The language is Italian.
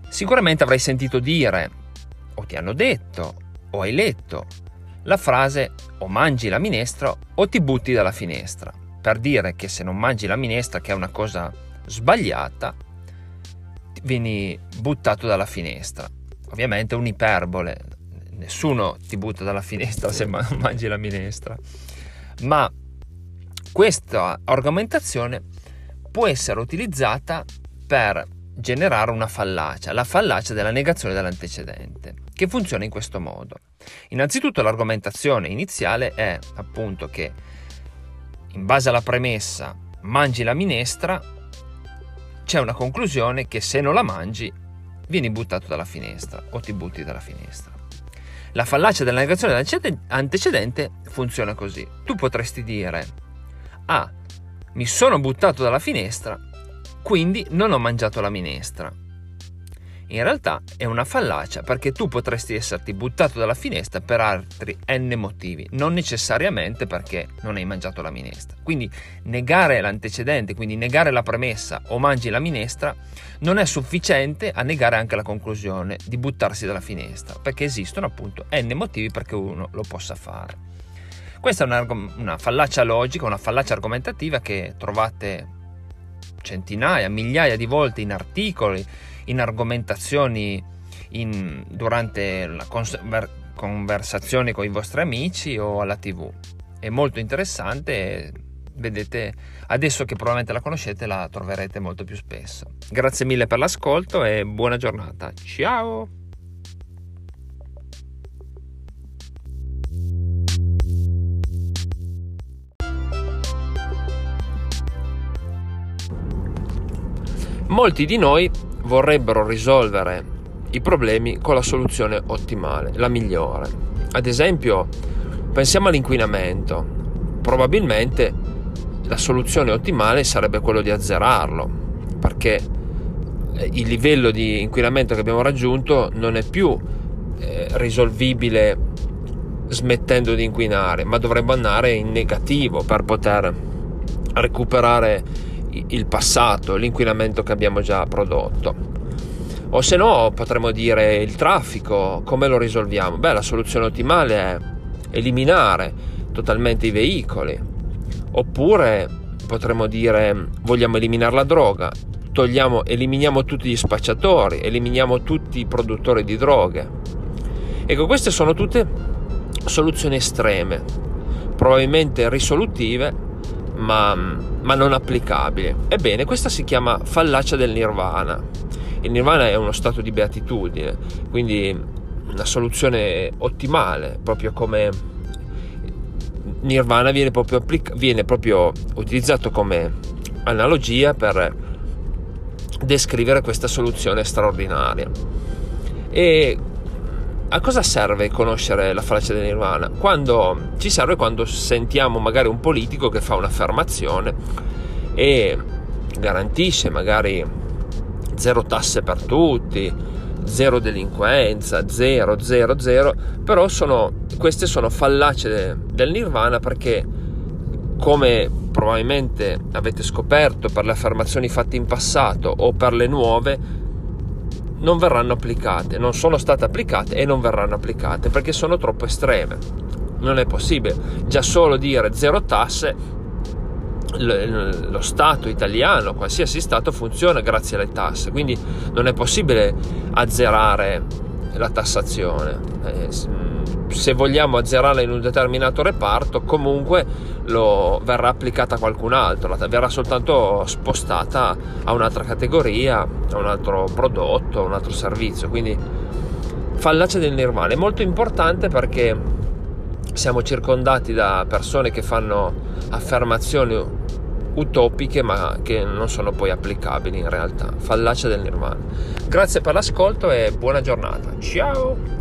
Sicuramente avrai sentito dire, o ti hanno detto, o hai letto la frase o mangi la minestra o ti butti dalla finestra, per dire che se non mangi la minestra, che è una cosa sbagliata, vieni buttato dalla finestra. Ovviamente è un'iperbole, nessuno ti butta dalla finestra se mangi la minestra, ma questa argomentazione può essere utilizzata per generare una fallacia, la fallacia della negazione dell'antecedente, che funziona in questo modo. Innanzitutto l'argomentazione iniziale è appunto che in base alla premessa mangi la minestra, c'è una conclusione che se non la mangi vieni buttato dalla finestra o ti butti dalla finestra. La fallacia della negazione dell'antecedente funziona così. Tu potresti dire: ah, mi sono buttato dalla finestra, quindi non ho mangiato la minestra. In realtà è una fallacia, perché tu potresti esserti buttato dalla finestra per altri n motivi, non necessariamente perché non hai mangiato la minestra. Quindi negare l'antecedente, quindi negare la premessa o mangi la minestra, non è sufficiente a negare anche la conclusione di buttarsi dalla finestra, perché esistono appunto n motivi perché uno lo possa fare. Questa è una fallacia logica, una fallacia argomentativa che trovate centinaia, migliaia di volte in articoli, in argomentazioni, durante la conversazioni con i vostri amici o alla TV. È molto interessante, vedete, adesso che probabilmente la conoscete la troverete molto più spesso. Grazie mille per l'ascolto e buona giornata. Ciao! Molti di noi vorrebbero risolvere i problemi con la soluzione ottimale, la migliore. Ad esempio, pensiamo all'inquinamento. Probabilmente la soluzione ottimale sarebbe quello di azzerarlo, perché il livello di inquinamento che abbiamo raggiunto non è più risolvibile smettendo di inquinare, ma dovrebbe andare in negativo per poter recuperare il passato, l'inquinamento che abbiamo già prodotto. O se no potremmo dire il traffico, come lo risolviamo? La soluzione ottimale è eliminare totalmente i veicoli, oppure potremmo dire vogliamo eliminare la droga, eliminiamo tutti gli spacciatori, eliminiamo tutti i produttori di droghe. Ecco, queste sono tutte soluzioni estreme, probabilmente risolutive, ma non applicabili. Ebbene, questa si chiama fallacia del nirvana. Il nirvana è uno stato di beatitudine, quindi una soluzione ottimale, proprio come nirvana viene proprio utilizzato come analogia per descrivere questa soluzione straordinaria. E a cosa serve conoscere la fallacia del nirvana? Ci serve quando sentiamo magari un politico che fa un'affermazione e garantisce magari zero tasse per tutti, zero delinquenza, zero, però queste sono fallacie del nirvana, perché, come probabilmente avete scoperto per le affermazioni fatte in passato o per le nuove, non verranno applicate, non sono state applicate e non verranno applicate perché sono troppo estreme. Non è possibile. Già solo dire zero tasse, lo Stato italiano, qualsiasi Stato, funziona grazie alle tasse, quindi non è possibile azzerare la tassazione. Se vogliamo azzerarla in un determinato reparto, comunque verrà applicata a qualcun altro, verrà soltanto spostata a un'altra categoria, a un altro prodotto, a un altro servizio. Quindi fallacia del nirvana è molto importante, perché siamo circondati da persone che fanno affermazioni utopiche ma che non sono poi applicabili in realtà. Fallacia del nirvana. Grazie per l'ascolto e buona giornata. Ciao!